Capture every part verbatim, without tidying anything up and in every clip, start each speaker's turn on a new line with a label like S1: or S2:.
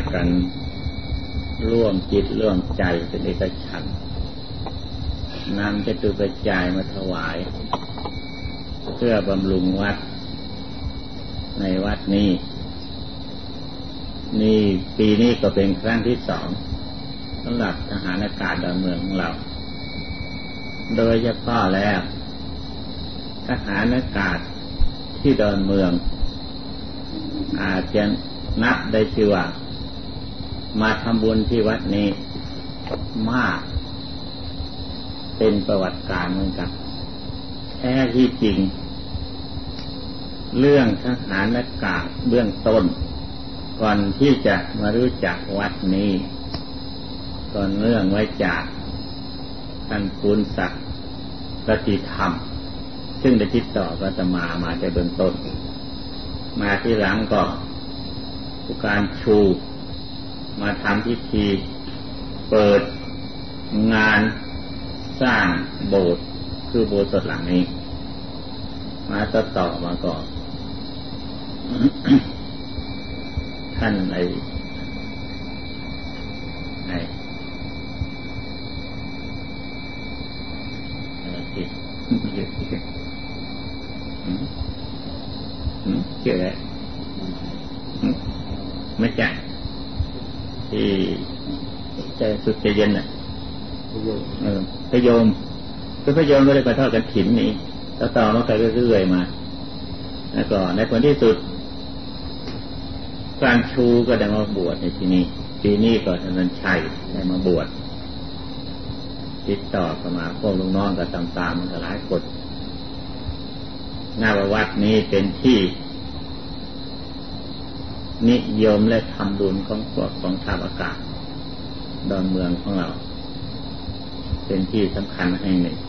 S1: กันร่วมจิตร่วมใจเป็นเอกฉันท์นำจตุปัจจัยมาถวายเพื่อบำรุงวัดในวัดนี้นี่ปีนี้ก็เป็นครั้งที่สองสำหรับทหารอากาศดอนเมืองของเราโดยเฉพาะแล้วทหารอากาศที่ดอนเมืองอาจจะนับได้ชื่อว่ามาทำบุญที่วัดนี้มากเป็นประวัติการเหมือนกันแท้ที่จริงเรื่องทหารอากาศเบื้องต้นก่อนที่จะมารู้จักวัดนี้ก่อนเรื่องไว้จากท่านภูนศักดิ์ปฏิธรรมซึ่งได้ติดต่ออาตมามาแต่เบื้องต้นมาที่หลังก็ผู้การชูมาทำพิธีเปิดงานสร้างโบสถ์คือโบสถ์หลังนี้มาต่อต่อมาก่อน ท่านไอ้ไอ้อะไรที่เยอะที่อืมอืมเจอแล้วไม่ใช่ที่ใจสุดใจเย็นน่ะเออพยมคือพยมก็เลยไปทอดกันถิ่นนี่ต่อต่อมาไปเรื่อยๆมาแล้วก็ในผลที่สุดการชูก็ได้มาบวชในที่นี้ปีนี้ก็ท่านนันชัยได้มาบวชติดต่อเข้ามาพวกลูกน้องก็ตามๆมันก็หลายคนหน้าวัดนี้เป็นที่นิยมและทำบุญของพวกของทัพอากาศดอนเมืองของเราเป็นที่สำคัญแห่งหนึ่ง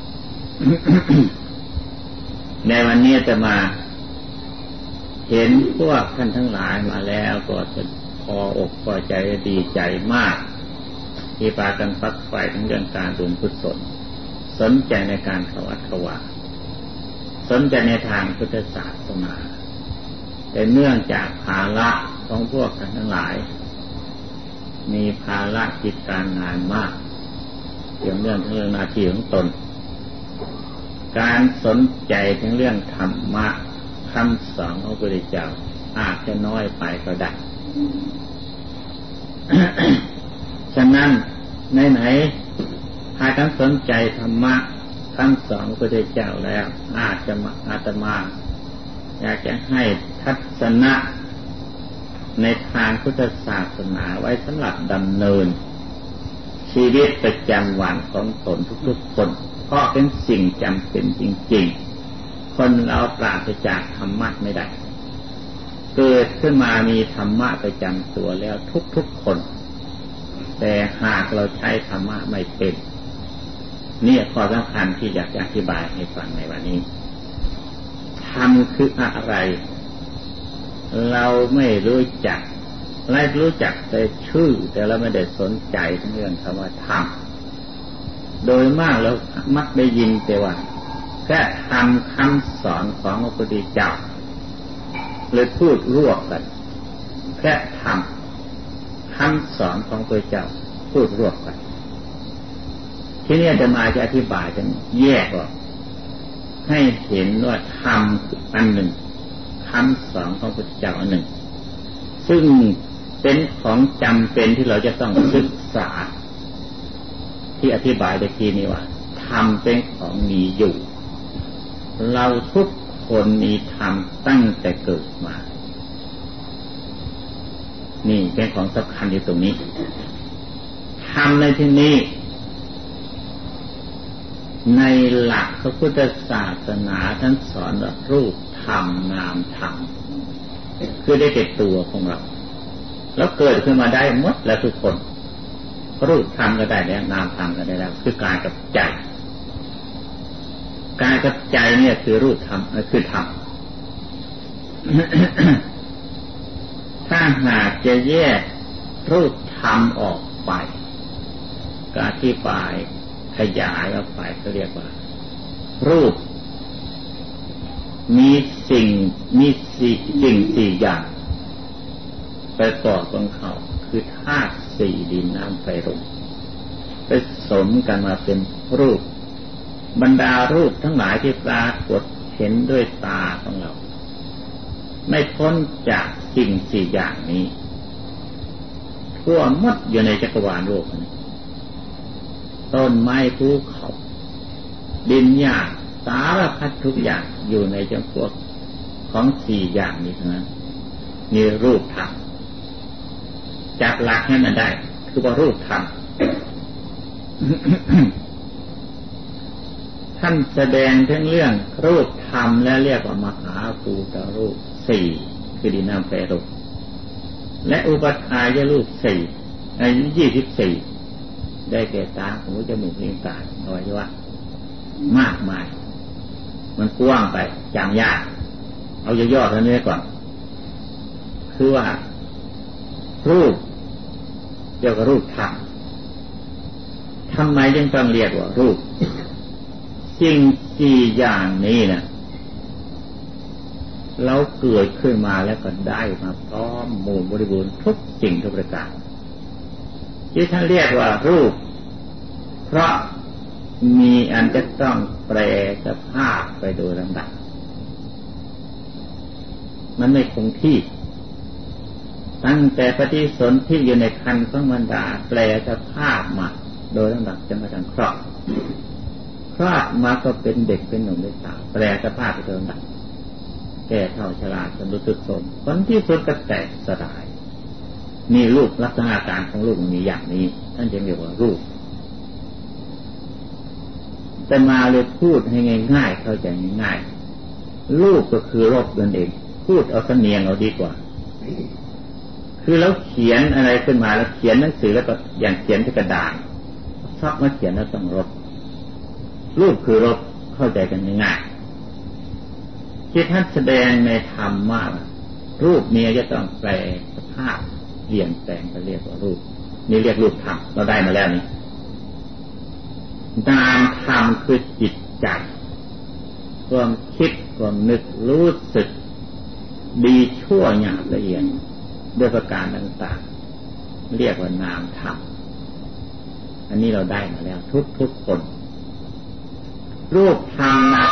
S1: ในวันนี้จะมาเห็นพวกท่านทั้งหลายมาแล้วก็จะพออกพอใจดีใจมากที่พากันฟักไฟทั้งเรื่องการบุญกุศลสนใจในการเข้าวัดเข้าวาสนใจในทางพุทธศาสนาแต่เนื่องจากภาระของพวกท่านทั้งหลายมีภาระกิจการงานมากเกี่ยวเรื่องทั้งเรื่องหน้าที่ของตนการสนใจทั้งเรื่องธรรมะคำสอนของพระพุทธเจ้าอาจจะน้อยไปก็ได้ ฉะนั้นไหนๆถ้าท่านสนใจธรรมะคำสอนของพระพุทธเจ้าแล้วอาจจะอาตมาอยากจะให้ทัศนะในทางพุทธศาสนาไว้สำหรับดำเนินชีวิตประจำวันของตนทุกๆคนเพราะเป็นสิ่งจำเป็นจริงๆคนเราปราศจากธรรมะไม่ได้เกิดขึ้นมามีธรรมะประจำตัวแล้วทุกๆคนแต่หากเราใช้ธรรมะไม่เป็นนี่ข้อสำคัญที่อยากจะอธิบายให้ฟังในวันนี้ธรรมคืออะไรเราไม่รู้จักเรารู้จักแต่ชื่อแต่เราไม่ได้สนใจเรื่องคำว่าธรรมโดยมากเรามักได้ยินแต่ว่าแค่ทำคำสอนของพระพุทธเจ้าเลยพูดรวบกันแค่ทำคำสอนของพระพุทธเจ้าพูดรวบกันทีนี้จะมาจะอธิบายกันแยกออกให้เห็นว่าธรรมอันหนึ่งคำสอนของพระพุทธเจ้าอันหนึ่งซึ่งเป็นของจำเป็นที่เราจะต้องศึกษาที่อธิบายในทีนี้ว่าธรรมเป็นของมีอยู่เราทุกคนมีธรรมตั้งแต่เกิดมานี่เป็นของสำคัญอยู่ตรงนี้ธรรมในที่นี้ในหลักพระพุทธศาสนาท่านสอนว่ารูปธรรมนามธรรมคือได้เก็บตัวของเราแล้วเกิดขึ้นมาได้หมดแล้วทุกคนรูปธรรมก็ได้แล้วนามธรรมก็ได้แล้วคือกายกับใจกายกับใจเนี่ยคือรูปธรรมคือธรรม ถ้าหากจะแยกรูปธรรมออกไปก็อธิบายขยายออกไปเขาเรียกว่ารูปมีสิ่งมีสี่สิ่งสี่อย่างประกอบของเขาคือธาตุสี่ดินน้ำไฟลมไปสมกันมาเป็นรูปบรรดารูปทั้งหลายที่ปรากฏเห็นด้วยตาของเราไม่พ้นจากสิ่งสี่อย่างนี้ทั่วหมดอยู่ในจักรวาลโลกนี้ต้นไม้ภูเขาดินหญ้าสารพัดทุกอย่างอยู่ในจำพวกของสี่อย่างนี้ทั้งนั้นมีรูปธรรมจับหลักให้มันได้คือว่ารูปธรรม ท่านแสดงถึงเรื่องรูปธรรมและเรียกว่ามหาภูตรูปสี่คือดินน้ำไฟลมและอุปทายรูปสี่อายุยี่สิบสี่ได้แก่ตาหูจมูกลิ้นกายอวัยวะมากมายมันกว้างไปจำยากเอาย่อๆเท่านี้ก่อนคือว่ารูปเรียกว่ารูปธรรมทำไมจึงต้องเรียกว่ารูปสิ่งสี่อย่างนี้นะเราเกิดขึ้นมาแล้วก็ได้มาพร้อมมูลบริบูรณ์ทุกสิ่งทุกประการที่ท่านเรียกว่ารูปเพราะมีอันจะต้องแปรสภาพไปโดยลำดับมันไม่คงที่ตั้งแต่ปฏิสนธิอยู่ในครรภ์ของมารดาแปรสภาพมาโดยลำดับจนกระทั่งคลอดคลอดมาก็เป็นเด็กเป็นหนุ่มเป็นสาวแปรสภาพไปโดยลำดับแก่เฒ่าชราจนรู้สึกสมผลที่สุดก็แตกสลายมีรูปลักษณะการของรูปมีอย่างนี้ท่านจึงเรียกว่ารูปแต่มาเลยพูดให้ง่ายๆเข้าใจง่ายๆรูปก็คือรบนั่นเองพูดเอาเสนียงเอาดีกว่าคือเราเขียนอะไรขึ้นมาแล้วเขียนหนังสือแล้วก็อย่างเขียนที่กระดาษชอบมาเขียนแล้วต้องรบรูปคือรบเข้าใจกันง่ายๆที่ท่านแสดงในธรรมว่ารูปนี้จะต้องแปลสภาพเปลี่ยนแปลงไปเรียกว่ารูปนี่เรียกรูปธรรมเราได้มาแล้วนี่นามธรรมคือจิตใจความคิดความนึกรู้สึกดีชั่วหยาบละเอียดด้วยประการต่างๆเรียกว่านามธรรมอันนี้เราได้มาแล้วทุกๆคนรูปธรรมนะ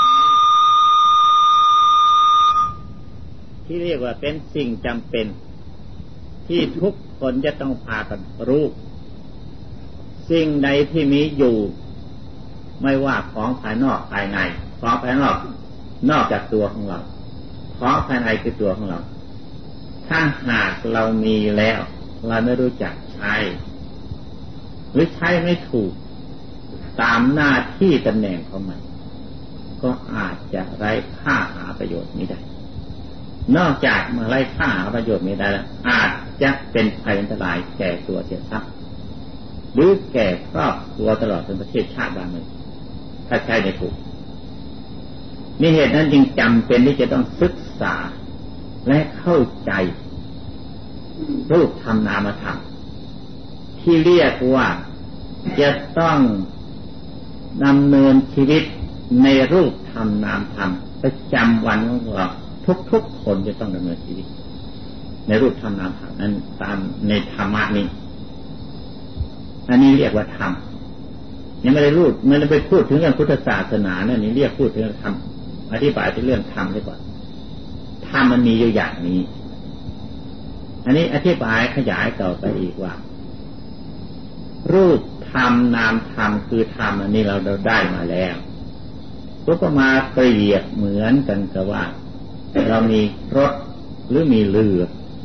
S1: ที่เรียกว่าเป็นสิ่งจำเป็นที่ทุกคนจะต้องพากันรู้สิ่งใดที่มีอยู่ไม่ว่าของภายนอกภายในของภายนอกนอกจากตัวของเราของภายในคือตัวของเราถ้าหากเรามีแล้วเราไม่รู้จักใช้หรือใช้ไม่ถูกตามหน้าที่ตำแหน่งของมันก็อาจจะไร้ค่าหาประโยชน์ไม่ได้นอกจากมาไร้ค่าหาประโยชน์ไม่ได้แล้วอาจจะเป็นภัยอันตรายแก่ตัวเสียทรัพย์หรือแก่ครอบครัวตลอดจนประเทศชาติบ้านเมืองถ้าใช้ไม่ถูกมีเหตุนั้นจึงจำเป็นที่จะต้องศึกษาและเข้าใจรูปธรรมนามธรรมที่เรียกว่าจะต้องดำเนินชีวิตในรูปธรรมนามธรรมประจำวันของเราทุกๆคนจะต้องดำเนินชีวิตในรูปธรรมนามธรรมนั้นตามในธรรมะนี้อันนี้เรียกว่าธรรมยังไม่ได้รูปไม่ได้ไปพูดถึงเรื่องพุทธศาสนาเนี่ยนี่เรียกพูดถึงธรรมอธิบายถึงเรื่องธรรมดีกว่าธรรมมันมีอยู่อย่างนี้อันนี้อธิบายขยายต่อไปอีกว่ารูปธรรมนามธรรมคือธรรมอันนี้เราเราได้มาแล้วก็ประมาเปรียบเหมือนกันกับว่าเรามีรถหรือมีเรือ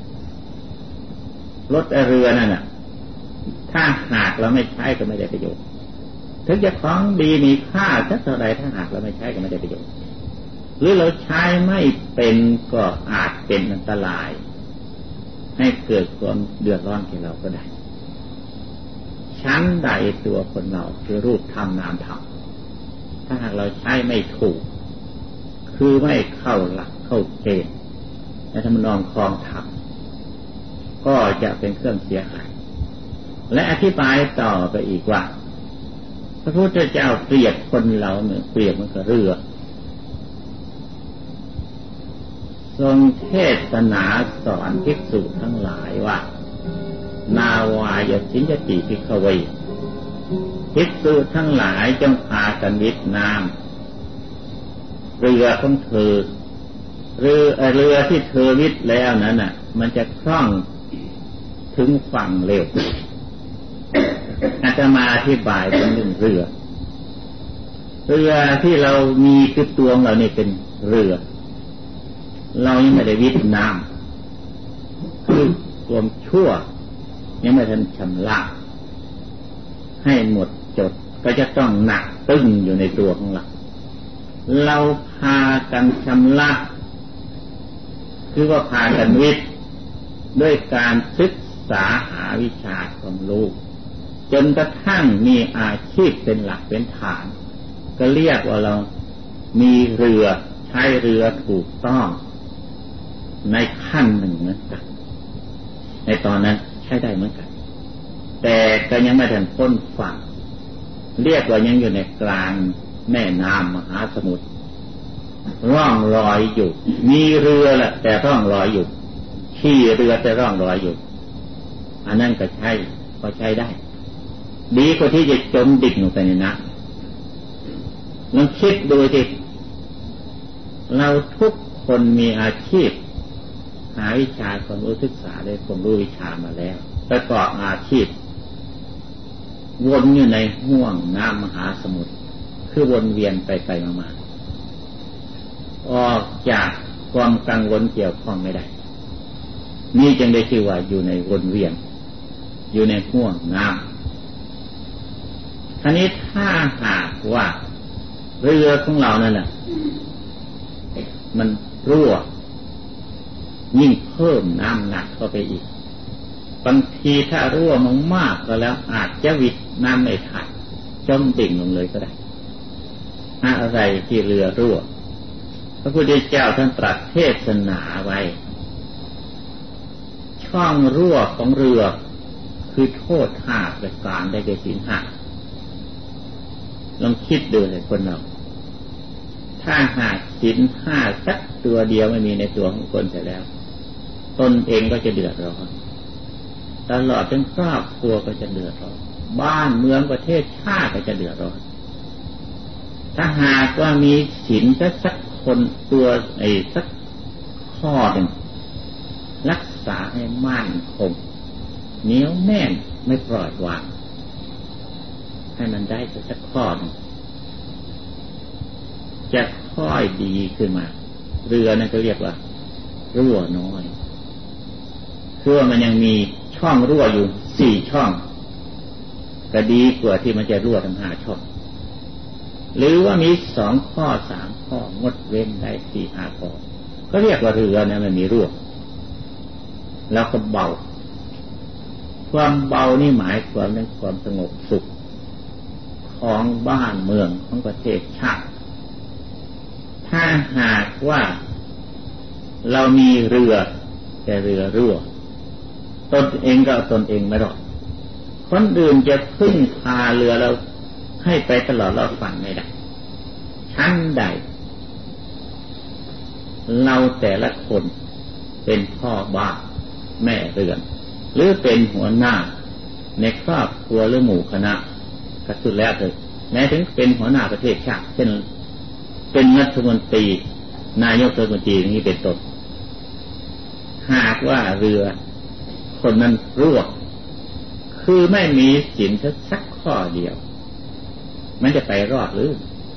S1: รถเรือนั่นน่ะถ้าหากเราไม่ใช้ก็ไม่ได้ประโยชน์ถึงจะของดีมีค่าสักเท่าไรถ้าหากเราไม่ใช้ก็ไม่ได้ประโยชน์หรือเราใช้ไม่เป็นก็อาจเป็นอันตรายให้เกิดความเดือดร้อนแก่เราก็ได้ชั้นใดตัวคนเราคือรูปธรรมนามธรรมถ้าหากเราใช้ไม่ถูกคือไม่เข้าหลักเข้าเกณฑ์ในธรรมนองครองธรรมก็จะเป็นเครื่องเสียหายและอธิบายต่อไปอีกว่าพระพุทธเจ้าเปรียบคนเราเหมือนเปรียบเหมือนกับเรือทรงเทศนาสอนภิกษุทั้งหลายว่านาวายสิญญติภิกขเวภิกษุทั้งหลายจงพากันวิทน้ำเรือของเธอเรือเรือที่เธอวิทแล้วนั้นน่ะมันจะคล่องถึงฝั่งเร็วอาตมาอธิบายเป็นเรื่องเรือเรือที่เรามีคือตัวของเรานี่เป็นเรือเรายังไม่ได้วิทน้ำคือความชั่วยังไม่ทันชำระให้หมดจดก็จะต้องหนักตึงอยู่ในตัวของเราเราพากันชำระคือว่าพากันวิทย์ด้วยการศึกษาหาวิชาความรู้จนกระทั่งมีอาชีพเป็นหลักเป็นฐานก็เรียกว่าเรามีเรือใช้เรือถูกต้องในขั้นหนึ่งเหมือนกันในตอนนั้นใช้ได้เหมือนกันแต่ก็ยังไม่ทันพ้นฝั่งเรียกว่ายังอยู่ในกลางแม่น้ำมหาสมุทรร่องรอยอยู่มีเรือแหละแต่ร่องรอยอยู่ขี่เรือแต่ร่องรอยอยู่อันนั้นก็ใช้ก็ใช้ได้ดีกว่าที่จะจมดิ่งลงไปในน้ำลองคิดดูสิเราทุกคนมีอาชีพหาวิชาความรู้ศึกษาได้ความรู้วิชามาแล้วประกอบอาชีพวนอยู่ในห่วงน้ำมหาสมุทรคือวนเวียนไปไปมาๆออกจากความกังวลเกี่ยวข้องไม่ได้นี่จึงได้ชื่อว่าอยู่ในวนเวียนอยู่ในห่วงน้ำทีนี้ถ้าหากว่าเรือของเรานั่นแหละมันรั่วยิ่งเพิ่มน้ำหนักเข้าไปอีกบางทีถ้ารั่วมากๆก็แล้วอาจจะวิทน้ำไม่ทันจมดิ่งลงเลยก็ได้อะไรที่เรือรั่วพระพุทธเจ้าท่านตรัสเทศนาไว้ช่องรั่วของเรือคือโทษห้าประการได้แก่ศีลห้าลองคิดดูเลยคนเราถ้าหากศีลห้าสักตัวเดียวไม่มีในตัวของคนเสร็จแล้วตนเองก็จะเดือดร้อนตลอดจนครอบครัวก็จะเดือดร้อนบ้านเมืองประเทศชาติก็จะเดือดร้อนถ้าหากว่ามีศีลสักสักคนตัวไอ้สักข้อหนึ่งรักษาให้มั่นคงเหนียวแน่นไม่ปล่อยวางให้มันได้สักข้อหนึ่งจะค่อยดีขึ้นมาเรือนั่นก็เรียกว่ารั่วน้อยคือว่ามันยังมีช่องรั่วอยู่สี่ช่องก็ดีกว่าที่มันจะรั่วทั้งห้าช่องหรือว่ามีสองข้อสามข้องดเว้นได้สี่ห้าข้อก็เรียกว่าเรือเนี่ยมันมีรั่วแล้วก็เบาความเบานี่หมายความถึงความสงบสุขของบ้านเมืองของประเทศชาติถ้าหากว่าเรามีเรือแต่เรือรั่วตนเองก็ตนเองไม่รอดคนอื่นจะพึ่งพาเรือเราให้ไปตลอดรอดฝั่งไม่ได้ชั้นใดเราแต่ละคนเป็นพ่อบ้านแม่เรือนหรือเป็นหัวหน้าในครอบครัวหรือหมู่คณะก็สุดแล้วเลยแม้ถึงเป็นหัวหน้าประเทศชาติเช่นเป็นรัฐมนตรีนายกรัฐมนตรีนี้เป็นต้นหากว่าเรือคนนั้นรั่วคือไม่มีศีลสักข้อเดียวมันจะไปรอดหรือ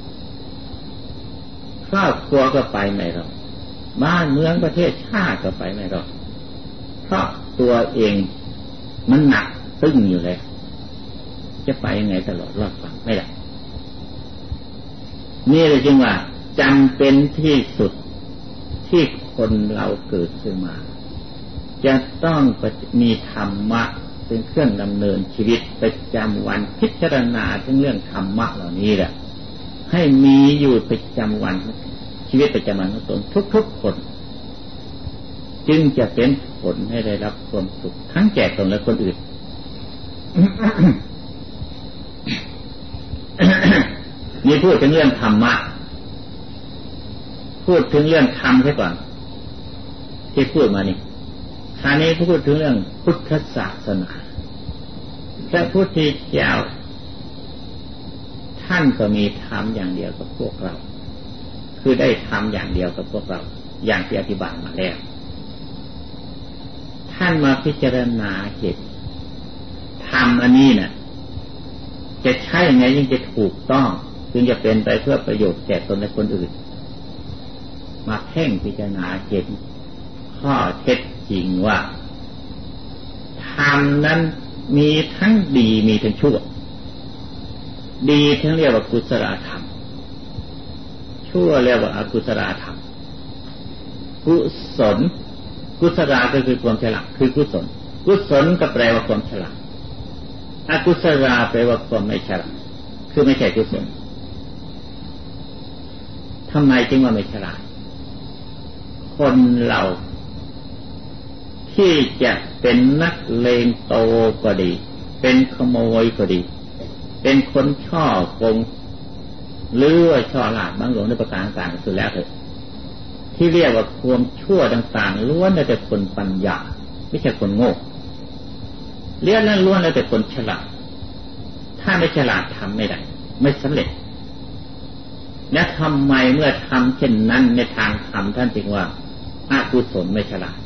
S1: ครอบครัวก็ไปไม่รอดบ้านเมืองประเทศชาติก็ไปไม่รอดเพราะตัวเองมันหนักตึงอยู่เลยจะไปยังไงตลอดรอดฝั่งไม่ได้นี่เลยจึงว่าจำเป็นที่สุดที่คนเราเกิดขึ้นมาจะต้องมีธรรมะเป็นเครื่องดำเนินชีวิตประจำวันพิจารณาถึงเรื่องธรรมะเหล่านี้แหละให้มีอยู่ประจำวันชีวิตประจำวันของตนทุกๆคนจึงจะเป็นผลให้ได้รับความสุขทั้งแก่ตนและคนอื่น นี่พูดถึงเรื่องธรรมะพูดถึงเรื่องธรรมใช่ก่อนที่พูดมานี่คราวนี้พูดถึงเรื่องพุทธศาสนาพระพุทธเจ้าท่านก็มีธรรมอย่างเดียวกับพวกเราคือได้ธรรมอย่างเดียวกับพวกเราอย่างที่อธิบายมาแล้วท่านมาพิจารณาเหตุธรรมอันนี้น่ะจะใช่ยังไงยิ่งจะถูกต้องจึงจะเป็นไปเพื่อประโยชน์แก่ตนและคนอื่นมาเพ่งพิจารณาเห็นข้อเท็จจริงว่าธรรมนั้นมีทั้งดีมีทั้งชั่วดีทั้งเรียกว่ากุศลธรรมชั่วเรียกว่าอกุศลธรรมกุศลกุศลก็คือความฉลาดคือกุศลกุศลก็แปลว่าความฉลาดอกุศลแปลว่าความไม่ฉลาดคือไม่ใช่กุศลทำไมจึงว่าไม่ฉลาดคนเราที่จะเป็นนักเลงโตก็ดีเป็นขโมยก็ดีเป็นคนช่อโกงหรือว่าช่อลาบบังหลวงในประการต่างๆสุดแล้วเถอะที่เรียกว่าความชั่วต่างๆล้วนแต่คนปัญญาไม่ใช่คนโง่เรียกนั้นล้วนแต่คนฉลาดถ้าไม่ฉลาดทำไม่ได้ไม่สำเร็จและทำไมเมื่อทำเช่นนั้นในทางธรรมท่านจึงว่าอกุศลไม่ฉลาด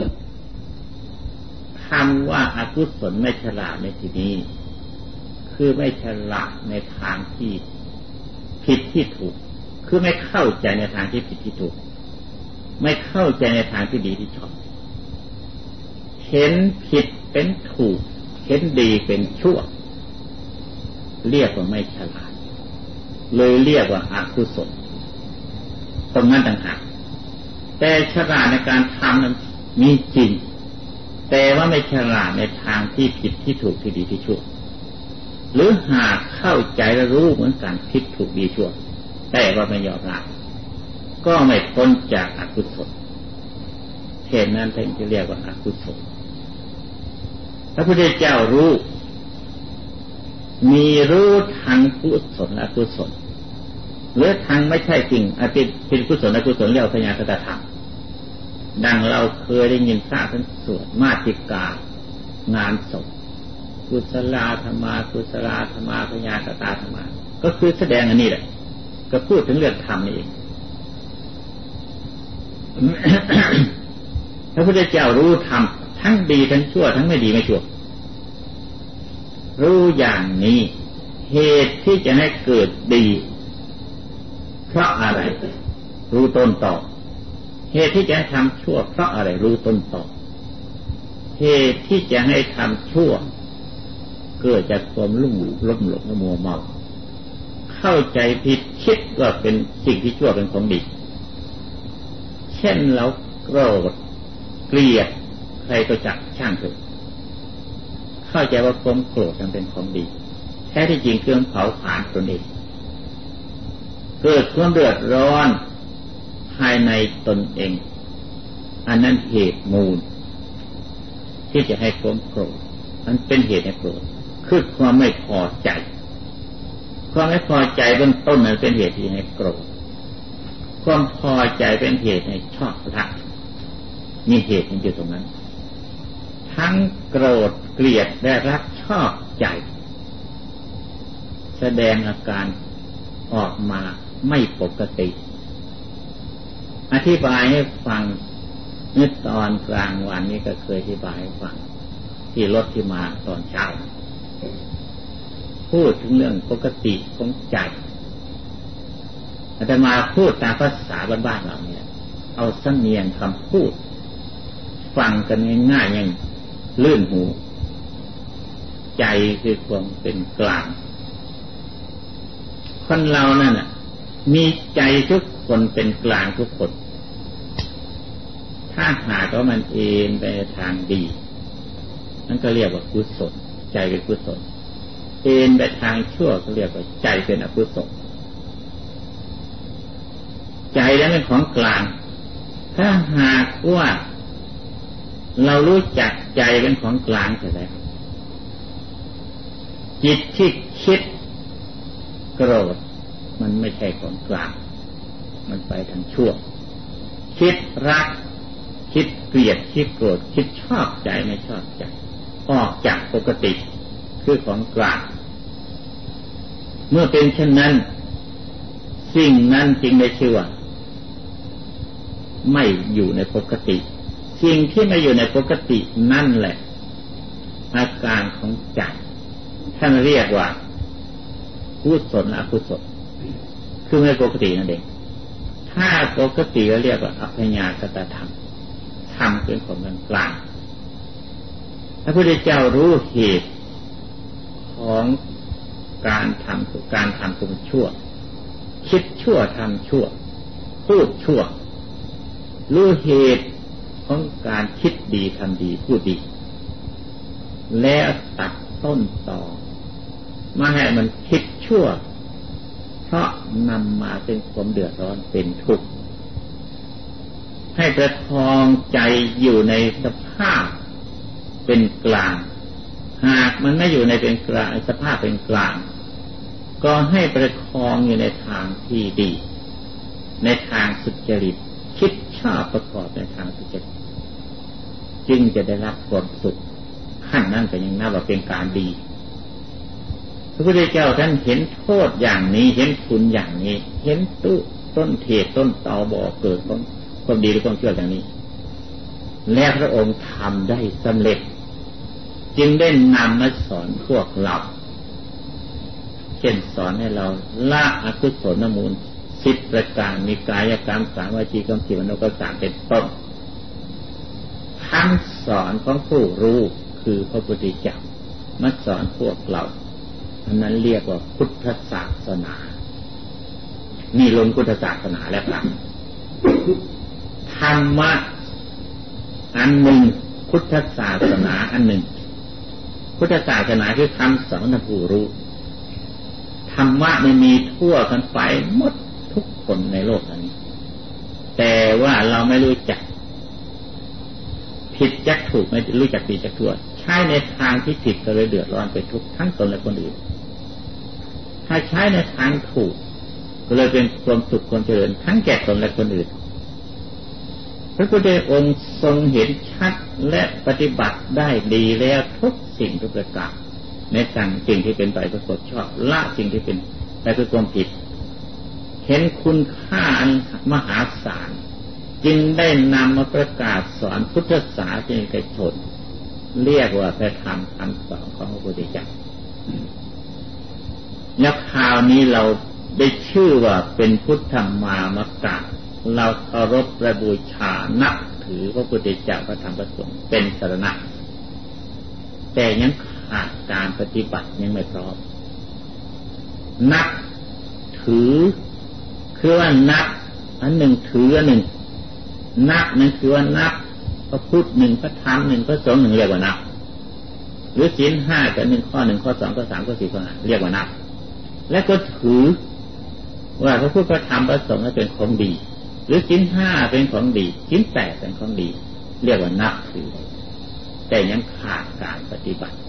S1: คำว่าอกุศลไม่ฉลาดในที่นี้คือไม่ฉลาดในทางที่ผิดที่ถูกคือไม่เข้าใจในทางที่ผิดที่ถูกไม่เข้าใจในทางที่ดีที่ชอบเห็นผิดเป็นถูกเห็นดีเป็นชั่วเรียกว่าไม่ฉลาดเลยเรียกว่าอกุศลตรงนั้นต่างหากแต่ฉลาดในการทำนั้นมีจริงแต่ว่าไม่ฉลาดในทางที่ผิดที่ถูกที่ดีที่ชั่วหรือหากเข้าใจและรู้เหมือนกันผิดถูกดีชั่วแต่ว่าไม่ยอมรับก็ไม่พ้นจากอกุศลเหตุนั้นท่านจะเรียกว่าอกุศลพระพุทธเจ้ารู้มีรู้ทางกุศลอกุศลหรือทางไม่ใช่จริงอาจจะเป็นกุศลอกุศลเรียกว่าพญาคตธรรมดังเราเคยได้ยินพระท่านสวดมาติกางานศพกุศลธรรมากุศลธรรมาพญาคตธรรมาก็คือแสดงอันนี้แหละก็พูดถึงเรื่องธรรมนี่เอง พระพุทธเจ้ารู้ธรรมทั้งดีทั้งชั่วทั้งไม่ดีไม่ชั่วรู้อย่างนี้เหตุที่จะให้เกิดดีเพราะอะไรรู้ต้นตอเหตุที่จะให้ทำชั่วเพราะอะไรรู้ต้นตอเหตุที่จะให้ทำชั่วเกิดจากความลุ่มหลงหลงมัวเมาเข้าใจผิดคิดว่าเป็นสิ่งที่ชั่วเป็นของดีเช่นเราโกรธเกลียดใครก็จักช่างเถอะเข้าใจว่าความโกรธนั้นเป็นของดีแท้ที่จริงเครื่องเผาผลาญตนเองเกิดความเดือดร้อนภายในตนเองอันนั้นเหตุมูลที่จะให้ความโกรธมันเป็นเหตุให้โกรธคือความไม่พอใจความไม่พอใจเบื้องต้นนั้นเป็นเหตุที่ให้โกรธความพอใจเป็นเหตุให้ชอบรักมีเหตุอยู่ตรงนั้นทั้งโกรธเกลียดและรักชอบใจแสดงอาการออกมาไม่ปกติอธิบายให้ฟังเมื่อตอนกลางวันนี้ก็เคยอธิบายให้ฟังที่รถที่มาตอนเช้าพูดถึงเรื่องปกติของใจอาตมาพูดตามภาษาบ้านๆเราเนี่ยเอาสำเนียงคำพูดฟังกันง่ายๆอย่างลื่นหูใจคือความเป็นกลางคนเรานั่นน่ะมีใจทุกคนเป็นกลางทุกคนถ้าหากว่ามันเอนไปทางดีนั่นก็เรียกว่ากุศลใจเป็นกุศลเอนไปทางชั่วก็เรียกว่าใจเป็นอกุศลใจนั้นเป็นของกลางถ้าหากว่าเรารู้จักใจเป็นของกลางเสร็จแล้วจิตที่คิดโกรธมันไม่ใช่ของกลางมันไปทางชั่วคิดรักคิดเกลียดคิดโกรธคิดชอบใจไม่ชอบใจออกจากปกติคือของกลางเมื่อเป็นเช่นนั้นสิ่งนั้นจึงได้ชื่อว่าไม่อยู่ในปกติสิ่งที่ไม่อยู่ในปกตินั่นแหละอาการของใจท่านเรียกว่ากุศลอกุศลคือไม่ปกตินั่นเองถ้าปกติก็เรียกว่าอัพยากตธรรมธรรมเป็นของกลางพระพุทธเจ้ารู้เหตุของการทำการทำความชั่วคิดชั่วทำชั่วพูดชั่วรู้เหตุของการคิดดีทำดีพูดดีแล้วตัดต้นตอมาให้มันคิดชั่วเพราะนำมาเป็นความเดือดร้อนเป็นทุกข์ให้ประคองใจอยู่ในสภาพเป็นกลางหากมันไม่อยู่ในเป็นกลางสภาพเป็นกลางก็ให้ประคองอยู่ในทางที่ดีในทางสุจริตคิดชอบประกอบในทางสุจริตจึงจะได้รับความสุขขั้นนั้นก็ยังนับว่าเป็นการดีพระพุทธเจ้าท่านเห็นโทษอย่างนี้เห็นคุณอย่างนี้เห็นต้นต้นเหตุต้นตอบ่อเกิดของความดีหรือความชั่วอย่างนี้และพระองค์ทำได้สำเร็จจึงได้นำมาสอนพวกเราเช่นสอนให้เราละอกุศลมูลสิบประการมีกายกรรมสามวจีกรรมจิตมโนกรรมสามเป็นต้นคำสอนของผู้รู้คือพระพุทธเจ้ามาสอนพวกเราอันนั้นเรียกว่าพุทธศาสนานี่ลงพุทธศาสนาแล้วครับธรรมะอันหนึ่งพุทธศาสนาอันหนึ่งพุทธศาสนาคือคำสอนของผู้รู้ธรรมะมันมีทั่วกันไปหมดทุกคนในโลกนี้แต่ว่าเราไม่รู้จักผิดจักถูกไม่รู้จักผิดจักถูกใช้ในทางที่ผิดก็เลยเดือดร้อนไปทุกทั้งตนและคนอื่นถ้าใช้ในทางถูกก็เลยเป็นความสุขความเจริญทั้งแก่ตนและคนอื่นพระพุทธองค์ทรงเห็นชัดและปฏิบัติได้ดีแล้วทุกสิ่งทุกประการในสั่งสิ่งที่เป็นไปเพื่อความชอบละสิ่งที่เป็นไปเพื่อความผิดเห็นคุณค่าอันมหาศาลจึงได้นำมาประกาศสอนพุทธศาสนิกชนเรียกว่าพระธรรมคำสอนของพระพุทธเจ้าแล้วคราวนี้เราได้ชื่อว่าเป็นพุทธมามกะเราเคารพและบูชานับถือพระพุทธเจ้าพระธรรมพระสงฆ์เป็นสรณะแต่ยังขาดการปฏิบัติยังไม่พร้อมนับถือคือว่านับอันหนึ่งถืออันหนึ่งนับนั่นคือว่านับพระพุทธหนึ่งพระธรรมหนึ่งพระสงฆ์หนึ่งเรียกว่านับหรือศีลห้ากับหนึ่งข้อหนึ่งข้อสองข้อสามข้อสี่ข้อห้าเรียกว่านับและก็ถือว่าพระพุทธพระธรรมพระสงฆ์เป็นของดีหรือศีลห้าเป็นของดีศีลแปดเป็นของดีเรียกว่านับถือแต่ยังขาดการปฏิบัติ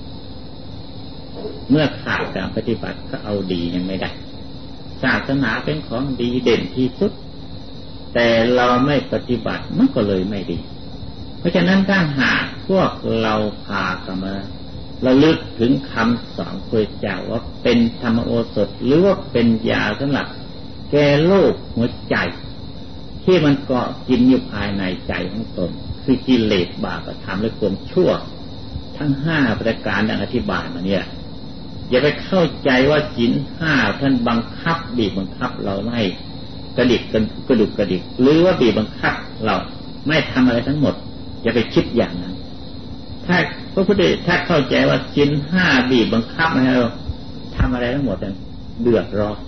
S1: เมื่อขาดการปฏิบัติก็เอาดียังไม่ได้ศาสนาเป็นของดีเด่นที่สุดแต่เราไม่ปฏิบัติมันก็เลยไม่ดีเพราะฉะนั้นถ้าหากพวกเราพากันมาระลึกถึงคำสอนพระเจ้าว่าเป็นธรรมโอสถหรือว่าเป็นยาสำหรับแก้โรคหัวใจที่มันเกาะกินอยู่ภายในใจของตนคือกิเลสบาปธรรมและความชั่วทั้งห้าประการดังอธิบายมาเนี่ยอย่าไปเข้าใจว่าศีลห้าท่านบังคับบีบบังคับเราไม่กระดิกกระดุกกระดิกหรือว่าบีบบังคับเราไม่ทำอะไรทั้งหมดอย่าไปคิดอย่างนั้นถ้าพระพุทธถ้าเข้าใจว่าศีลห้าบีบบังคับให้เราทำอะไรทั้งหมดนั้นเดือดร้อน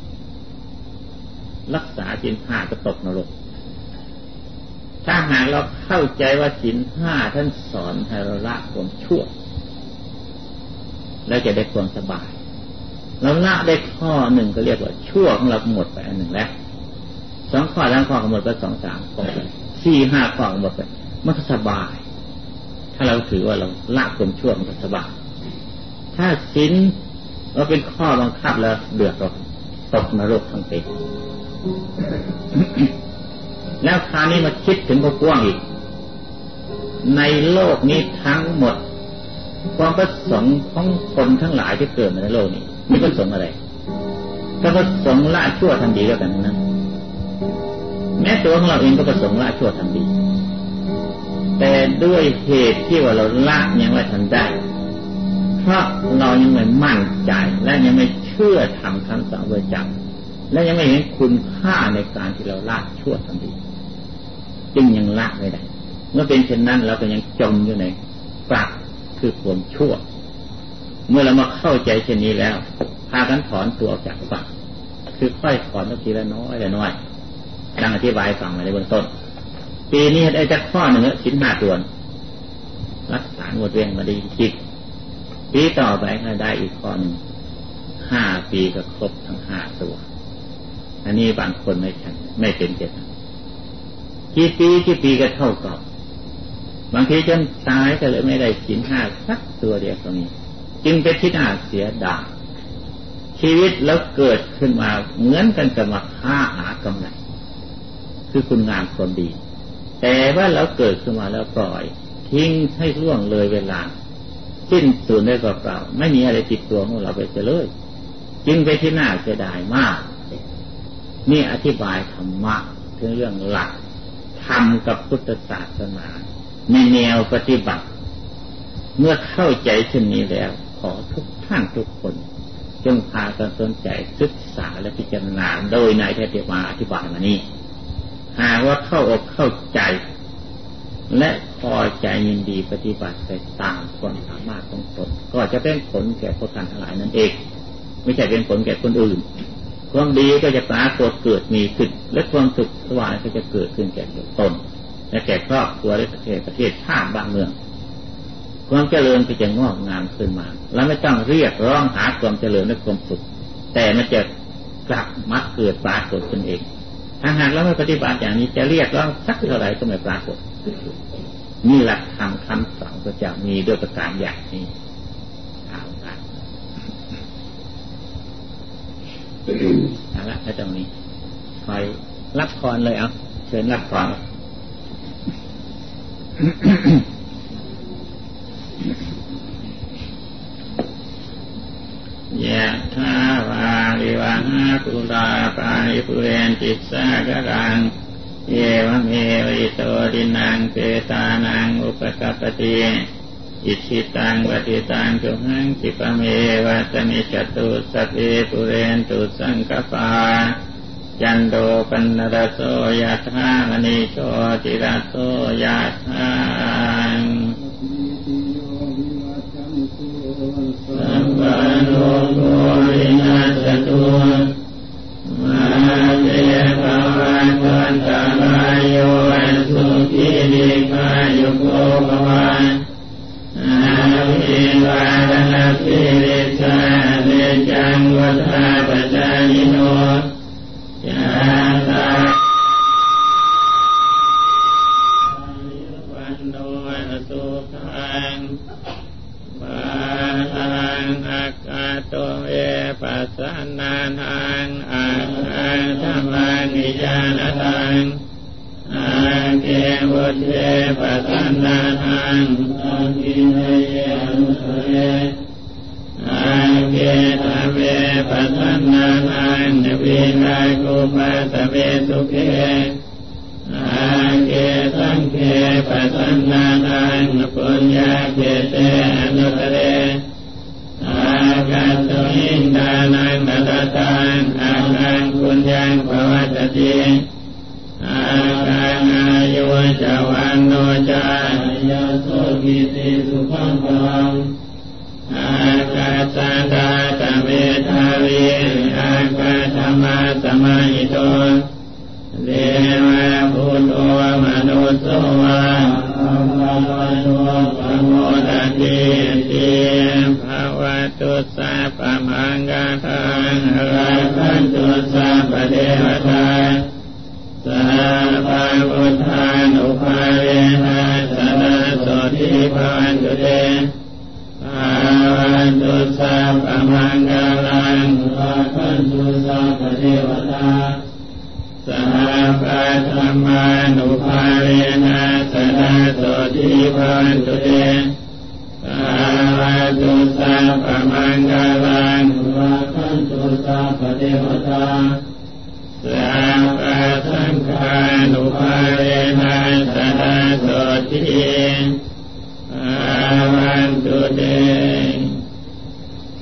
S1: รักษาศีลห้าก็ตกนรกถ้าหากเราเข้าใจว่าศีลห้าท่านสอนให้เราละความชั่วแล้วจะได้ความสบายเราละได้ข้อหนึ่งก็เรียกว่าชั่วของเราหมดไปอันหนึ่งแล้วสองข้อแล้วข้อหมดไปสองสามข้อสี่ห้าข้อหมดไปมันก็สบายถ้าเราถือว่าเราละความชั่วมันก็สบายถ้าศีลเราเป็นข้อบังคับแล้วเดือดร้อนตกนรกทั้งเป็นแล้วคราวนี้มาคิดถึงกว้างอีกในโลกนี้ทั้งหมดความประสงค์ของคนทั้งหลายที่เกิดมาในโลกนี้มีประสงค์อะไรก็ประสงค์ละชั่วทำดีแล้วกันนะแม้ตัวของเราเองก็ประสงค์ละชั่วทำดีแต่ด้วยเหตุที่ว่าเราละยังไม่ทันได้เพราะเรายังไม่มั่นใจและยังไม่เชื่อทำคำสอนพระเจ้าและยังไม่เห็นคุณค่าในการที่เราละชั่วทำดีจึงยังละไม่ได้เมื่อเป็นเช่นนั้นเราก็ยังจมอยู่ในปลักคือความชั่วเมื่อเรามาเข้าใจเช่นนี้แล้วพากันถอนตัวออกจากปลักคือค่อยถอนทีละน้อยละน้อยดังอธิบายฟังมาในเบื้องต้นปีนี้ได้จักข้อหนึ่งชิ้นห้าตัวรักษาหมดเรื่องมาดีจิตปีต่อไปก็ได้อีกข้อหนึ่งห้าปีก็ครบทั้งห้าตัวอันนี้บางคนไม่ใช่ไม่เป็นเจ็ดกี่ปีกี่ปีก็เท่ากับบางทีจนตายก็เลยไม่ได้ชิ้นห้าสักตัวเดียวตรงนี้จึงเป็นที่น่าเสียดายชีวิตแล้วเกิดขึ้นมาเหมือนกันกับมาฆ่าหากำไรคือคุณงามความดีแต่ว่าเราเกิดขึ้นมาแล้วปล่อยทิ้งให้ล่วงเลยเวลาสิ้นสูญได้เปล่าๆไม่มีอะไรติดตัวของเราไปเลยจึงไปที่น่าเสียดายมากนี่อธิบายธรรมะถึงเรื่องหลักธรรมกับพุทธศาสนาในแนวปฏิบัติเมื่อเข้าใจเช่นนี้แล้วขอทุกท่านทุกคนจงพากันสนใจศึกษาและพิจารณาโดยนายแพทย์มาอธิบายมานี้หากว่าเข้าอกเข้าใจและพอใจยินดีปฏิบัติไปตามความสามารถของตนก็จะเป็นผลแก่พวกท่านทั้งหลายนั่นเองไม่ใช่เป็นผลแก่คนอื่นความดีก็จะปรากฏเกิดมีขึ้นและความสุขสว่างก็จะเกิดขึ้นแก่ตนและแก่ครอบครัวและประเทศประเทศชาติบ้านเมืองความเจริญก็จะงอกงามขึ้นมาแล้วไม่ต้องเรียกร้องหาความเจริญและความสุขแต่มันจะกลับมาเกิดปรากฏขึ้นเองถ้าหากเราไม่ปฏิบัติอย่างนี้จะเรียกร้องสักเท่าไหร่ก็ไม่ปรากฏนี่หลักธรรมคำสอนพระเจ้ามีด้วยประการอย่างนี้เอาละเอาละถ้าตรงนี้คอยรับพรเลยเอาเชิญรับพรยะถาวาริวหาปุราปาริปุเรนติสากรังเอวเมวิโตดินังเปตานังอุปกัปปติอิชิตังวติตังจุหังคิปะเมวะสมิจตุสัพเพปุเรนตุสังกปาจันโดปันนรโสยะถามณิโชติระโสยะถาสัมปันโนโกวินาศตุมาเตภวันตันตรายโยสุขีริกายุโกภวันอาภิวาทนาสิริสาเดจังวัฏาปัจจายิโนยะตาวันโนสุขังบาลังอักขโตเอปัสสนานังอักขังธรรมังนิยานตังอาเกวุเทปัสสนานังอากิเนเยอนุสเรอาเกตเวปัสสนานังวิราคุปัสเวสุเขอาเกสังเขปัสสนานังปุญญาเขเตอนุสเรอาคัตโตหินดานังนัตตังอาคังปุญญังภวัตติอาคังอายุจวันโนจายาโสกิติสุขังภังอาคัสสะดาตเวทาวิอาคัสสมาสมาหิโตเดวะพุทโธมนุสโสวะอัมภะโตปะโมทันติติภวตุสัพพมังคลังราคันตุสัพพเทวตาสัพพพุทธานุภาเวนะสนะโสทิภวันตุเตภวันตุสัพพมังคลังราคันตุสัพพเทวตาสหปะธรรมานุภาเวนะสนาโสทิภันตุเตสาวะตุสัพพมังคลังวะคันตุสัพพเทวตาสัพพสังฆานุภาเวนะสนาโสทิ